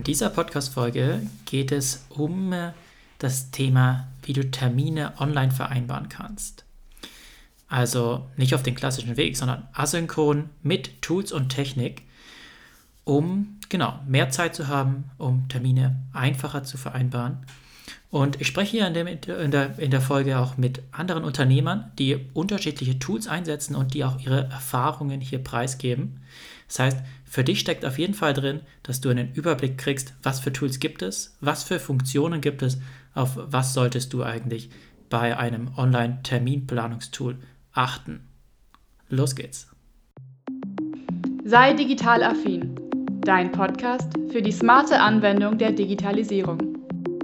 In dieser Podcast-Folge geht es um das Thema, wie du Termine online vereinbaren kannst. Also nicht auf den klassischen Weg, sondern asynchron mit Tools und Technik, um mehr Zeit zu haben, um Termine einfacher zu vereinbaren. Und ich spreche hier in der Folge auch mit anderen Unternehmern, die unterschiedliche Tools einsetzen und die auch ihre Erfahrungen hier preisgeben. Das heißt, für dich steckt auf jeden Fall drin, dass du einen Überblick kriegst, was für Tools gibt es, was für Funktionen gibt es, auf was solltest du eigentlich bei einem Online-Terminplanungstool achten. Los geht's. Sei digital affin, dein Podcast für die smarte Anwendung der Digitalisierung.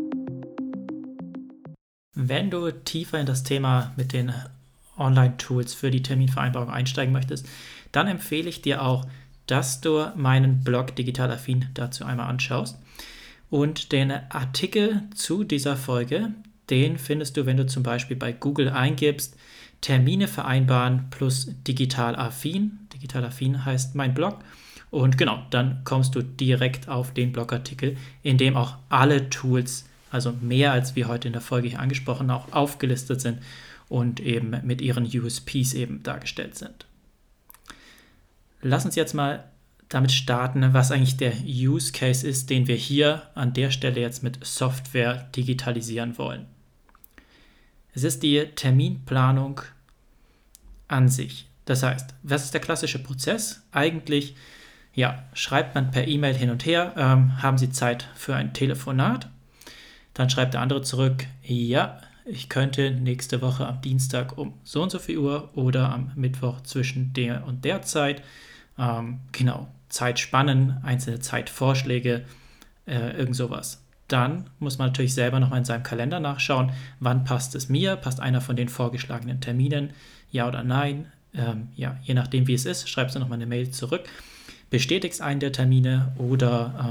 Wenn du tiefer in das Thema mit den Online-Tools für die Terminvereinbarung einsteigen möchtest, dann empfehle ich dir auch, dass du meinen Blog Digital Affin dazu einmal anschaust. Und den Artikel zu dieser Folge, den findest du, wenn du zum Beispiel bei Google eingibst, Termine vereinbaren plus Digital Affin. Digital Affin heißt mein Blog. Und dann kommst du direkt auf den Blogartikel, in dem auch alle Tools, also mehr als wir heute in der Folge hier angesprochen, auch aufgelistet sind und eben mit ihren USPs eben dargestellt sind. Lass uns jetzt mal damit starten, was eigentlich der Use Case ist, den wir hier an der Stelle jetzt mit Software digitalisieren wollen. Es ist die Terminplanung an sich. Das heißt, was ist der klassische Prozess? Eigentlich schreibt man per E-Mail hin und her, haben Sie Zeit für ein Telefonat? Dann schreibt der andere zurück, ja, ich könnte nächste Woche am Dienstag um so und so viel Uhr oder am Mittwoch zwischen der und der Zeit. Zeitspannen, einzelne Zeitvorschläge, irgend sowas. Dann muss man natürlich selber nochmal in seinem Kalender nachschauen, wann passt es mir, passt einer von den vorgeschlagenen Terminen, ja oder nein. Je nachdem wie es ist, schreibst du nochmal eine Mail zurück, bestätigst einen der Termine oder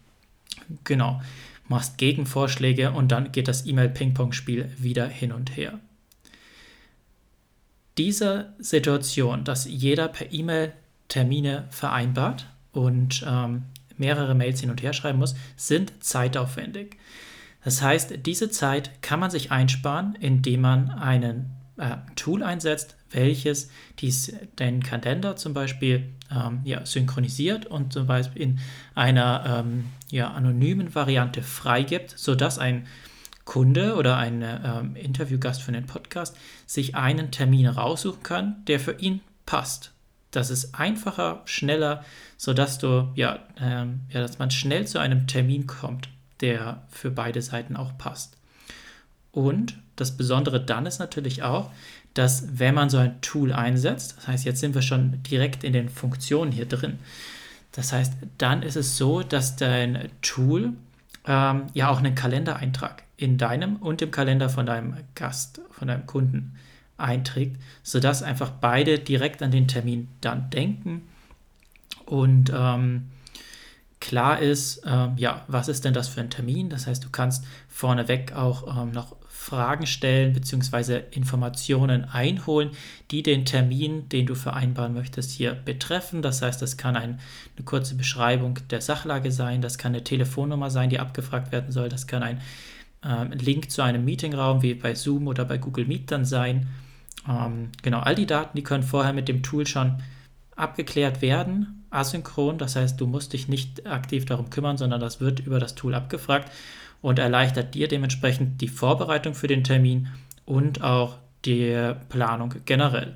machst Gegenvorschläge und dann geht das E-Mail-Ping-Pong-Spiel wieder hin und her. Diese Situation, dass jeder per E-Mail Termine vereinbart und mehrere Mails hin und her schreiben muss, sind zeitaufwendig. Das heißt, diese Zeit kann man sich einsparen, indem man ein Tool einsetzt, welches den Kalender zum Beispiel synchronisiert und zum Beispiel in einer anonymen Variante freigibt, sodass ein Kunde oder ein Interviewgast für den Podcast sich einen Termin raussuchen kann, der für ihn passt. Das ist einfacher, schneller, sodass dass man schnell zu einem Termin kommt, der für beide Seiten auch passt. Und das Besondere dann ist natürlich auch, dass wenn man so ein Tool einsetzt, das heißt, jetzt sind wir schon direkt in den Funktionen hier drin. Das heißt, dann ist es so, dass dein Tool auch einen Kalendereintrag in deinem und im Kalender von deinem Gast, von deinem Kunden einträgt, sodass einfach beide direkt an den Termin dann denken und klar ist, was ist denn das für ein Termin? Das heißt, du kannst vorneweg auch noch Fragen stellen bzw. Informationen einholen, die den Termin, den du vereinbaren möchtest, hier betreffen. Das heißt, das kann eine kurze Beschreibung der Sachlage sein, das kann eine Telefonnummer sein, die abgefragt werden soll, das kann ein Link zu einem Meetingraum wie bei Zoom oder bei Google Meet dann sein. All die Daten, die können vorher mit dem Tool schon abgeklärt werden, asynchron, das heißt, du musst dich nicht aktiv darum kümmern, sondern das wird über das Tool abgefragt und erleichtert dir dementsprechend die Vorbereitung für den Termin und auch die Planung generell.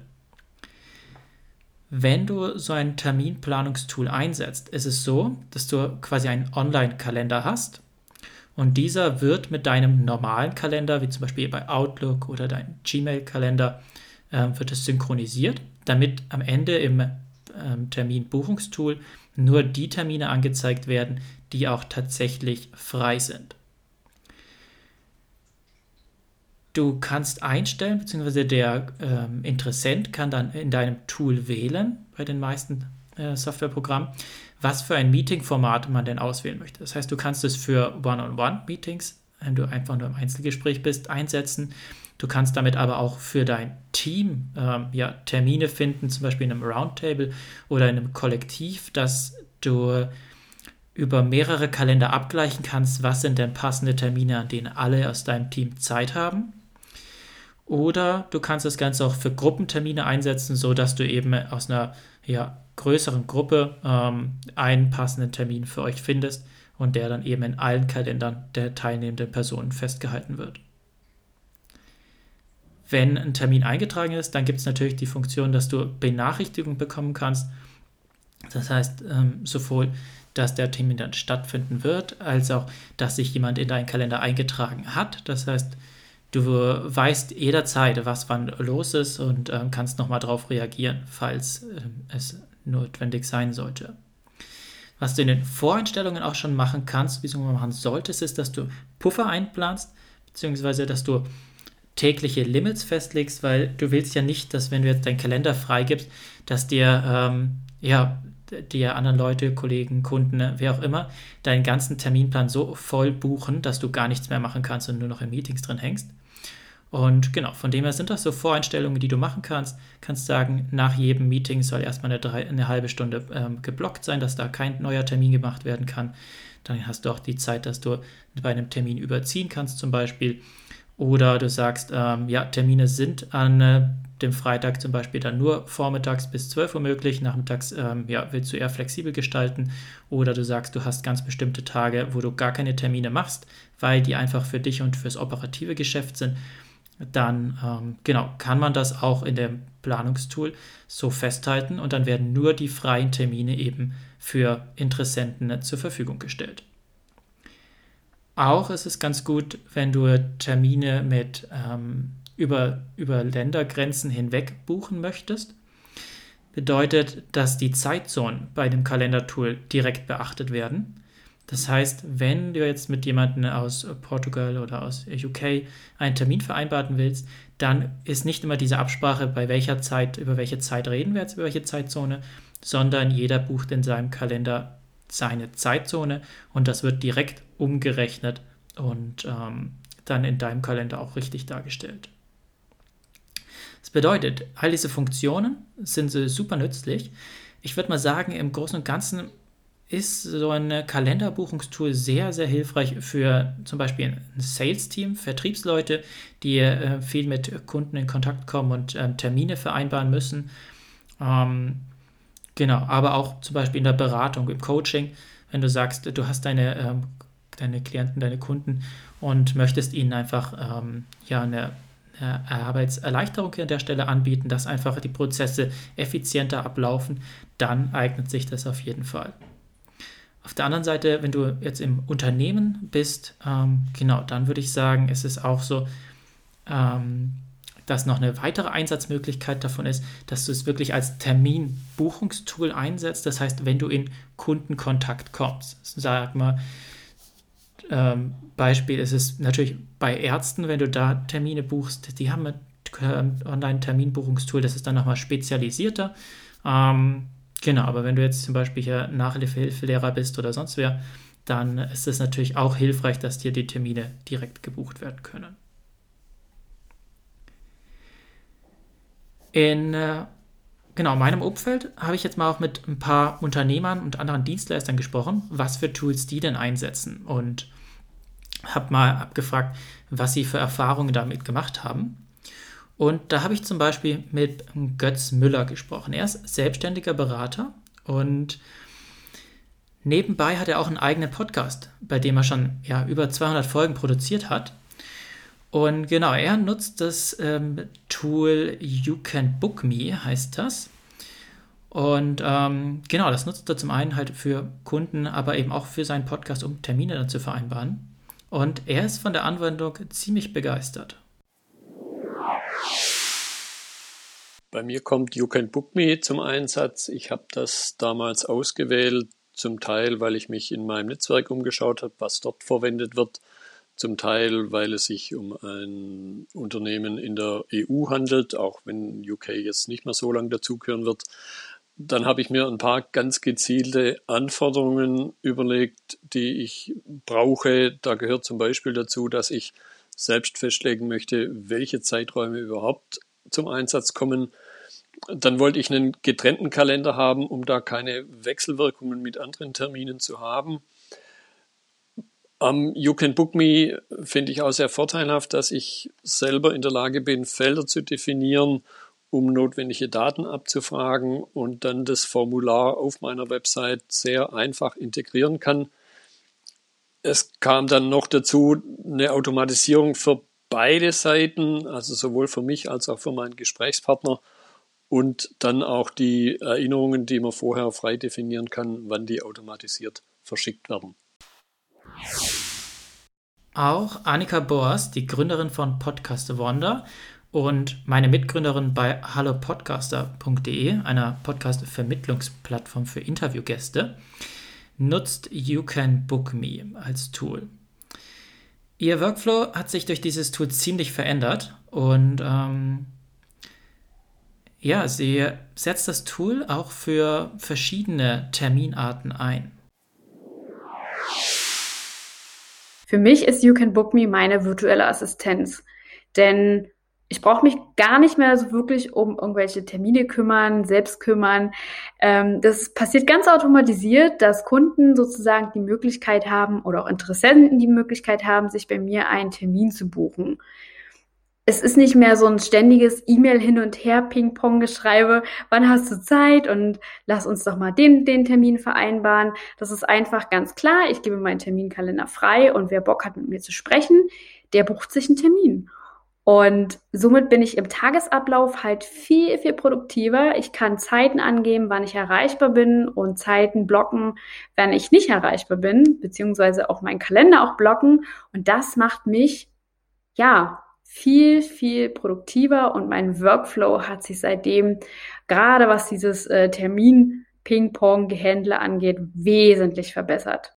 Wenn du so ein Terminplanungstool einsetzt, ist es so, dass du quasi einen Online-Kalender hast und dieser wird mit deinem normalen Kalender, wie zum Beispiel bei Outlook oder deinem Gmail-Kalender, wird es synchronisiert, damit am Ende im Terminbuchungstool nur die Termine angezeigt werden, die auch tatsächlich frei sind. Du kannst einstellen, beziehungsweise der Interessent kann dann in deinem Tool wählen, bei den meisten Softwareprogrammen, was für ein Meeting-Format man denn auswählen möchte. Das heißt, du kannst es für One-on-One-Meetings, wenn du einfach nur im Einzelgespräch bist, einsetzen. Du kannst damit aber auch für dein Team Termine finden, zum Beispiel in einem Roundtable oder in einem Kollektiv, dass du über mehrere Kalender abgleichen kannst, was sind denn passende Termine, an denen alle aus deinem Team Zeit haben. Oder du kannst das Ganze auch für Gruppentermine einsetzen, sodass du eben aus einer größeren Gruppe einen passenden Termin für euch findest und der dann eben in allen Kalendern der teilnehmenden Personen festgehalten wird. Wenn ein Termin eingetragen ist, dann gibt es natürlich die Funktion, dass du Benachrichtigungen bekommen kannst. Das heißt, sowohl, dass der Termin dann stattfinden wird, als auch, dass sich jemand in deinen Kalender eingetragen hat. Das heißt, du weißt jederzeit, was wann los ist und kannst nochmal darauf reagieren, falls es notwendig sein sollte. Was du in den Voreinstellungen auch schon machen kannst, beziehungsweise machen solltest, ist, dass du Puffer einplanst, beziehungsweise dass du tägliche Limits festlegst, weil du willst ja nicht, dass wenn du jetzt deinen Kalender freigibst, dass dir die anderen Leute, Kollegen, Kunden, wer auch immer, deinen ganzen Terminplan so voll buchen, dass du gar nichts mehr machen kannst und nur noch in Meetings drin hängst. Und genau, von dem her sind das so Voreinstellungen, die du machen kannst. Kannst sagen, nach jedem Meeting soll erstmal eine halbe Stunde geblockt sein, dass da kein neuer Termin gemacht werden kann. Dann hast du auch die Zeit, dass du bei einem Termin überziehen kannst zum Beispiel. Oder du sagst, Termine sind an dem Freitag zum Beispiel dann nur vormittags bis 12 Uhr möglich, nachmittags willst du eher flexibel gestalten. Oder du sagst, du hast ganz bestimmte Tage, wo du gar keine Termine machst, weil die einfach für dich und fürs operative Geschäft sind. Dann kann man das auch in dem Planungstool so festhalten und dann werden nur die freien Termine eben für Interessenten zur Verfügung gestellt. Auch ist es ganz gut, wenn du Termine mit über Ländergrenzen hinweg buchen möchtest. Bedeutet, dass die Zeitzonen bei dem Kalendertool direkt beachtet werden. Das heißt, wenn du jetzt mit jemandem aus Portugal oder aus UK einen Termin vereinbaren willst, dann ist nicht immer diese Absprache, über welche Zeit reden wir jetzt, über welche Zeitzone, sondern jeder bucht in seinem Kalender seine Zeitzone und das wird direkt umgerechnet und dann in deinem Kalender auch richtig dargestellt. Das bedeutet, all diese Funktionen sind super nützlich. Ich würde mal sagen, im Großen und Ganzen ist so ein Kalenderbuchungstool sehr, sehr hilfreich für zum Beispiel ein Sales-Team, Vertriebsleute, die viel mit Kunden in Kontakt kommen und Termine vereinbaren müssen. Aber auch zum Beispiel in der Beratung, im Coaching, wenn du sagst, du hast deine Klienten, deine Kunden und möchtest ihnen einfach eine Arbeitserleichterung an der Stelle anbieten, dass einfach die Prozesse effizienter ablaufen, dann eignet sich das auf jeden Fall. Auf der anderen Seite, wenn du jetzt im Unternehmen bist, dann würde ich sagen, ist es auch so, dass noch eine weitere Einsatzmöglichkeit davon ist, dass du es wirklich als Terminbuchungstool einsetzt. Das heißt, wenn du in Kundenkontakt kommst, sag mal, Beispiel ist es natürlich bei Ärzten, wenn du da Termine buchst, die haben ein Online-Terminbuchungstool, das ist dann nochmal spezialisierter. Aber wenn du jetzt zum Beispiel hier Nachhilfelehrer bist oder sonst wer, dann ist es natürlich auch hilfreich, dass dir die Termine direkt gebucht werden können. In meinem Umfeld habe ich jetzt mal auch mit ein paar Unternehmern und anderen Dienstleistern gesprochen, was für Tools die denn einsetzen und habe mal abgefragt, was sie für Erfahrungen damit gemacht haben. Und da habe ich zum Beispiel mit Götz Müller gesprochen. Er ist selbstständiger Berater und nebenbei hat er auch einen eigenen Podcast, bei dem er schon über 200 Folgen produziert hat. Und genau, er nutzt das Tool You Can Book Me, heißt das. Und das nutzt er zum einen halt für Kunden, aber eben auch für seinen Podcast, um Termine dann zu vereinbaren. Und er ist von der Anwendung ziemlich begeistert. Bei mir kommt You Can Book Me zum Einsatz. Ich habe das damals ausgewählt, zum Teil, weil ich mich in meinem Netzwerk umgeschaut habe, was dort verwendet wird. Zum Teil, weil es sich um ein Unternehmen in der EU handelt, auch wenn UK jetzt nicht mehr so lange dazugehören wird. Dann habe ich mir ein paar ganz gezielte Anforderungen überlegt, die ich brauche. Da gehört zum Beispiel dazu, dass ich selbst festlegen möchte, welche Zeiträume überhaupt zum Einsatz kommen. Dann wollte ich einen getrennten Kalender haben, um da keine Wechselwirkungen mit anderen Terminen zu haben. Am You Can Book Me finde ich auch sehr vorteilhaft, dass ich selber in der Lage bin, Felder zu definieren, um notwendige Daten abzufragen und dann das Formular auf meiner Website sehr einfach integrieren kann. Es kam dann noch dazu eine Automatisierung für beide Seiten, also sowohl für mich als auch für meinen Gesprächspartner, und dann auch die Erinnerungen, die man vorher frei definieren kann, wann die automatisiert verschickt werden. Auch Annika Boas, die Gründerin von Podcast Wonder und meine Mitgründerin bei hallopodcaster.de, einer Podcast-Vermittlungsplattform für Interviewgäste, nutzt You Can Book Me als Tool. Ihr Workflow hat sich durch dieses Tool ziemlich verändert und sie setzt das Tool auch für verschiedene Terminarten ein. Für mich ist You Can Book Me meine virtuelle Assistenz, denn ich brauche mich gar nicht mehr so wirklich um irgendwelche Termine selbst kümmern. Das passiert ganz automatisiert, dass Kunden sozusagen die Möglichkeit haben oder auch Interessenten die Möglichkeit haben, sich bei mir einen Termin zu buchen. Es ist nicht mehr so ein ständiges E-Mail hin und her Ping-Pong-Geschreibe, wann hast du Zeit und lass uns doch mal den Termin vereinbaren. Das ist einfach ganz klar, ich gebe meinen Terminkalender frei und wer Bock hat, mit mir zu sprechen, der bucht sich einen Termin. Und somit bin ich im Tagesablauf halt viel, viel produktiver. Ich kann Zeiten angeben, wann ich erreichbar bin und Zeiten blocken, wenn ich nicht erreichbar bin, beziehungsweise auch meinen Kalender auch blocken. Und das macht mich, viel, viel produktiver und mein Workflow hat sich seitdem, gerade was dieses Termin-Ping-Pong-Gehändle angeht, wesentlich verbessert.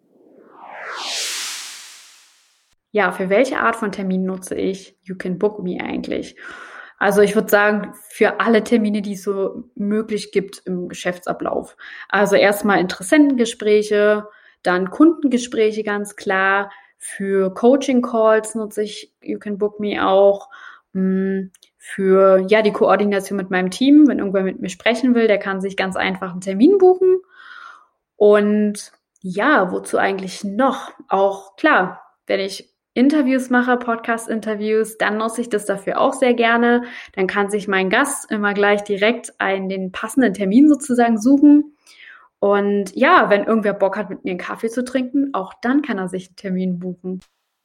Ja, für welche Art von Termin nutze ich You Can Book Me eigentlich? Also ich würde sagen, für alle Termine, die es so möglich gibt im Geschäftsablauf. Also erstmal Interessentengespräche, dann Kundengespräche ganz klar. Für Coaching-Calls nutze ich You Can Book Me auch. Für die Koordination mit meinem Team, wenn irgendwer mit mir sprechen will, der kann sich ganz einfach einen Termin buchen. Und wozu eigentlich noch? Auch klar, wenn ich Interviews mache, Podcast-Interviews, dann nutze ich das dafür auch sehr gerne. Dann kann sich mein Gast immer gleich direkt den passenden Termin sozusagen suchen. Und wenn irgendwer Bock hat, mit mir einen Kaffee zu trinken, auch dann kann er sich einen Termin buchen.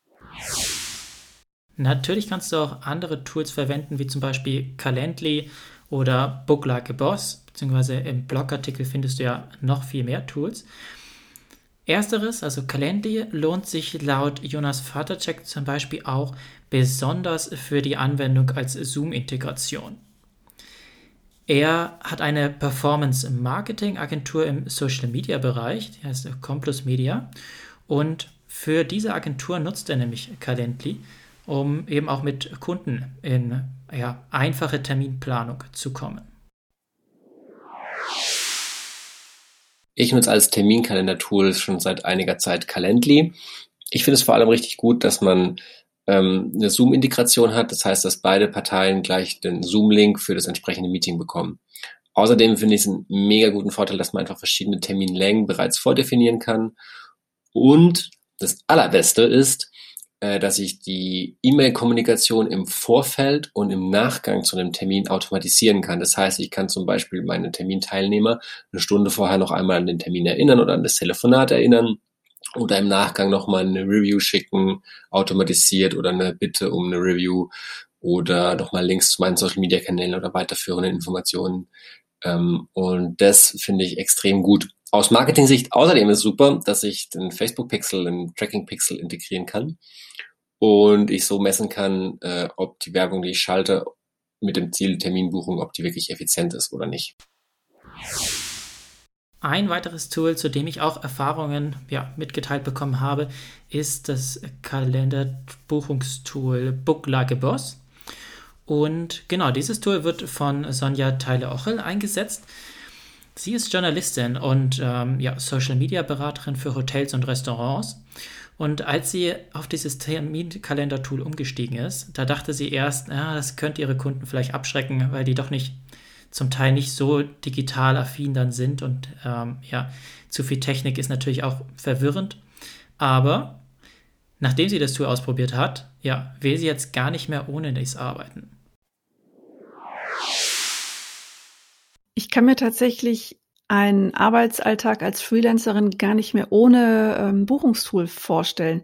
Natürlich kannst du auch andere Tools verwenden, wie zum Beispiel Calendly oder Book Like a Boss, beziehungsweise im Blogartikel findest du ja noch viel mehr Tools. Ersteres, also Calendly, lohnt sich laut Jonas Vatercheck zum Beispiel auch besonders für die Anwendung als Zoom-Integration. Er hat eine Performance-Marketing-Agentur im Social-Media-Bereich, die heißt Complus Media, und für diese Agentur nutzt er nämlich Calendly, um eben auch mit Kunden in einfache Terminplanung zu kommen. Ich nutze als Terminkalender-Tool schon seit einiger Zeit Calendly. Ich finde es vor allem richtig gut, dass man eine Zoom-Integration hat. Das heißt, dass beide Parteien gleich den Zoom-Link für das entsprechende Meeting bekommen. Außerdem finde ich es einen mega guten Vorteil, dass man einfach verschiedene Terminlängen bereits vordefinieren kann. Und das Allerbeste ist, dass ich die E-Mail-Kommunikation im Vorfeld und im Nachgang zu einem Termin automatisieren kann. Das heißt, ich kann zum Beispiel meine Terminteilnehmer eine Stunde vorher noch einmal an den Termin erinnern oder an das Telefonat erinnern oder im Nachgang nochmal eine Review schicken, automatisiert, oder eine Bitte um eine Review oder nochmal Links zu meinen Social-Media-Kanälen oder weiterführende Informationen. Und das finde ich extrem gut. Aus Marketing-Sicht außerdem ist super, dass ich den Facebook-Pixel, den Tracking-Pixel integrieren kann und ich so messen kann, ob die Werbung, die ich schalte, mit dem Ziel Terminbuchung, ob die wirklich effizient ist oder nicht. Ein weiteres Tool, zu dem ich auch Erfahrungen mitgeteilt bekommen habe, ist das Kalenderbuchungstool Book Like a Boss. Und genau, dieses Tool wird von Sonja Theile-Ochel eingesetzt. Sie ist Journalistin und Social-Media-Beraterin für Hotels und Restaurants. Und als sie auf dieses Terminkalender-Tool umgestiegen ist, da dachte sie erst, das könnte ihre Kunden vielleicht abschrecken, weil die doch nicht zum Teil nicht so digital affin dann sind und zu viel Technik ist natürlich auch verwirrend. Aber nachdem sie das Tool ausprobiert hat, will sie jetzt gar nicht mehr ohne dies arbeiten. Ich kann mir tatsächlich einen Arbeitsalltag als Freelancerin gar nicht mehr ohne Buchungstool vorstellen.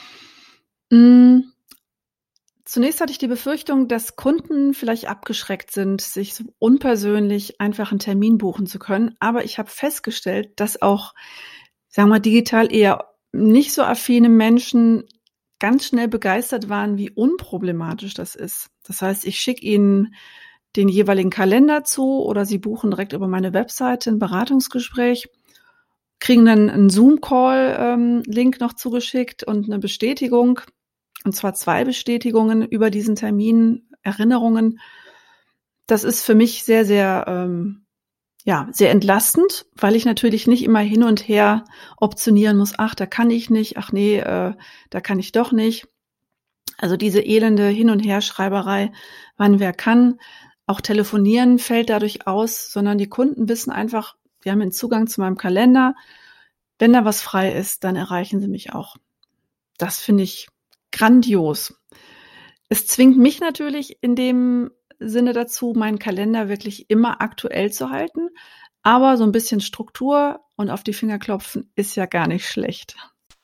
Zunächst hatte ich die Befürchtung, dass Kunden vielleicht abgeschreckt sind, sich so unpersönlich einfach einen Termin buchen zu können. Aber ich habe festgestellt, dass auch, sagen wir, digital eher nicht so affine Menschen ganz schnell begeistert waren, wie unproblematisch das ist. Das heißt, ich schicke ihnen den jeweiligen Kalender zu oder sie buchen direkt über meine Webseite ein Beratungsgespräch, kriegen dann einen Zoom-Call-Link noch zugeschickt und eine Bestätigung, und zwar 2 Bestätigungen über diesen Termin, Erinnerungen. Das ist für mich sehr, sehr, sehr entlastend, weil ich natürlich nicht immer hin und her optionieren muss. Ach, da kann ich nicht. Ach nee, da kann ich doch nicht. Also diese elende Hin- und Herschreiberei, wann wer kann. Auch telefonieren fällt dadurch aus, sondern die Kunden wissen einfach, die haben einen Zugang zu meinem Kalender. Wenn da was frei ist, dann erreichen sie mich auch. Das finde ich grandios. Es zwingt mich natürlich in dem Sinne dazu, meinen Kalender wirklich immer aktuell zu halten. Aber so ein bisschen Struktur und auf die Finger klopfen ist ja gar nicht schlecht.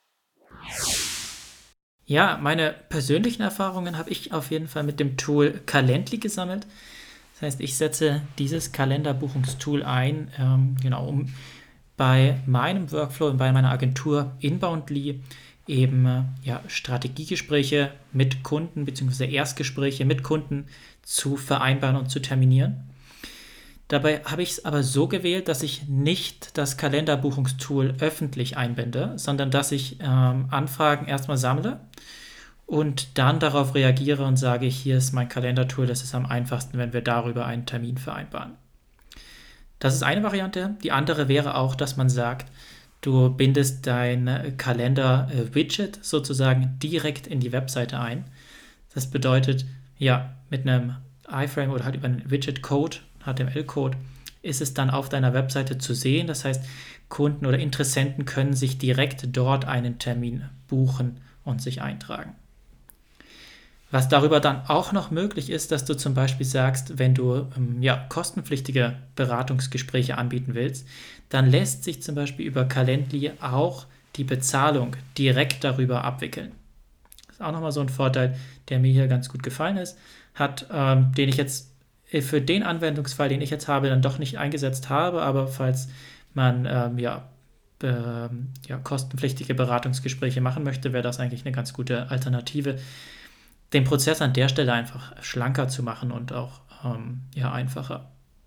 Ja, meine persönlichen Erfahrungen habe ich auf jeden Fall mit dem Tool Calendly gesammelt. Das heißt, ich setze dieses Kalenderbuchungstool ein, um bei meinem Workflow und bei meiner Agentur Inboundly eben Strategiegespräche mit Kunden bzw. Erstgespräche mit Kunden zu vereinbaren und zu terminieren. Dabei habe ich es aber so gewählt, dass ich nicht das Kalenderbuchungstool öffentlich einbinde, sondern dass ich Anfragen erstmal sammle und dann darauf reagiere und sage, hier ist mein Kalendertool, das ist am einfachsten, wenn wir darüber einen Termin vereinbaren. Das ist eine Variante. Die andere wäre auch, dass man sagt, du bindest dein Kalender-Widget sozusagen direkt in die Webseite ein. Das bedeutet, mit einem iFrame oder halt über einen Widget-Code, HTML-Code, ist es dann auf deiner Webseite zu sehen. Das heißt, Kunden oder Interessenten können sich direkt dort einen Termin buchen und sich eintragen. Was darüber dann auch noch möglich ist, dass du zum Beispiel sagst, wenn du kostenpflichtige Beratungsgespräche anbieten willst, dann lässt sich zum Beispiel über Calendly auch die Bezahlung direkt darüber abwickeln. Das ist auch nochmal so ein Vorteil, der mir hier ganz gut gefallen ist, den ich jetzt für den Anwendungsfall, den ich jetzt habe, dann doch nicht eingesetzt habe, aber falls man kostenpflichtige Beratungsgespräche machen möchte, wäre das eigentlich eine ganz gute Alternative, den Prozess an der Stelle einfach schlanker zu machen und auch einfacher.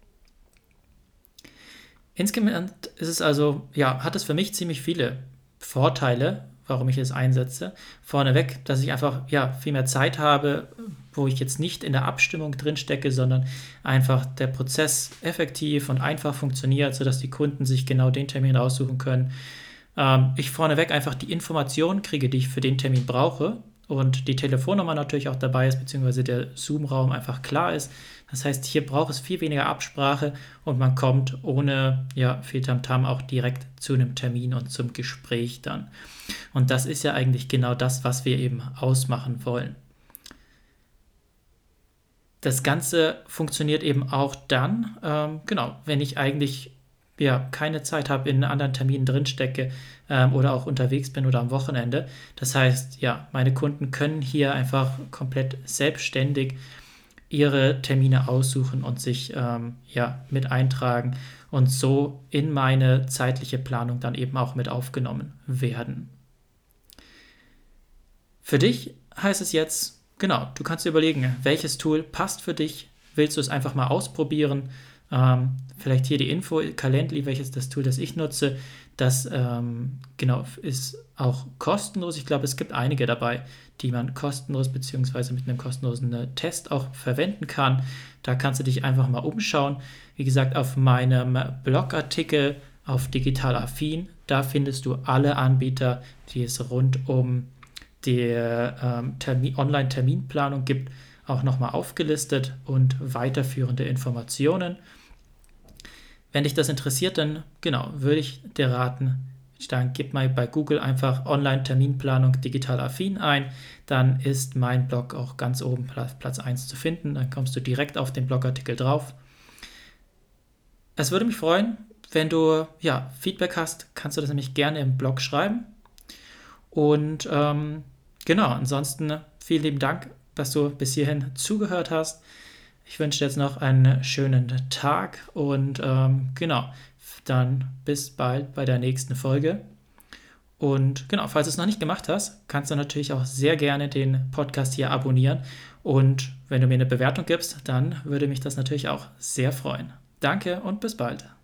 Insgesamt ist es also, hat es für mich ziemlich viele Vorteile, warum ich es einsetze. Vorneweg, dass ich einfach viel mehr Zeit habe, wo ich jetzt nicht in der Abstimmung drin stecke, sondern einfach der Prozess effektiv und einfach funktioniert, sodass die Kunden sich genau den Termin raussuchen können. Ich vorneweg einfach die Informationen kriege, die ich für den Termin brauche, und die Telefonnummer natürlich auch dabei ist, beziehungsweise der Zoom-Raum einfach klar ist. Das heißt, hier braucht es viel weniger Absprache und man kommt ohne viel Tamtam auch direkt zu einem Termin und zum Gespräch dann. Und das ist ja eigentlich genau das, was wir eben ausmachen wollen. Das Ganze funktioniert eben auch dann, wenn ich eigentlich keine Zeit habe, in anderen Terminen drinstecke oder auch unterwegs bin oder am Wochenende. Das heißt, meine Kunden können hier einfach komplett selbstständig ihre Termine aussuchen und sich mit eintragen und so in meine zeitliche Planung dann eben auch mit aufgenommen werden. Für dich heißt es jetzt, du kannst dir überlegen, welches Tool passt für dich. Willst du es einfach mal ausprobieren? Vielleicht hier die Info, Calendly, welches das Tool, das ich nutze, das ist auch kostenlos. Ich glaube, es gibt einige dabei, die man kostenlos bzw. mit einem kostenlosen Test auch verwenden kann. Da kannst du dich einfach mal umschauen. Wie gesagt, auf meinem Blogartikel auf Digital Affin, da findest du alle Anbieter, die es rund um die Online-Terminplanung gibt, auch nochmal aufgelistet und weiterführende Informationen. Wenn dich das interessiert, dann würde ich dir raten, dann gib mal bei Google einfach Online-Terminplanung digital affin ein, dann ist mein Blog auch ganz oben Platz 1 zu finden, dann kommst du direkt auf den Blogartikel drauf. Es würde mich freuen, wenn du Feedback hast, kannst du das nämlich gerne im Blog schreiben. Und ansonsten vielen lieben Dank, dass du bis hierhin zugehört hast. Ich wünsche dir jetzt noch einen schönen Tag und dann bis bald bei der nächsten Folge. Und falls du es noch nicht gemacht hast, kannst du natürlich auch sehr gerne den Podcast hier abonnieren. Und wenn du mir eine Bewertung gibst, dann würde mich das natürlich auch sehr freuen. Danke und bis bald.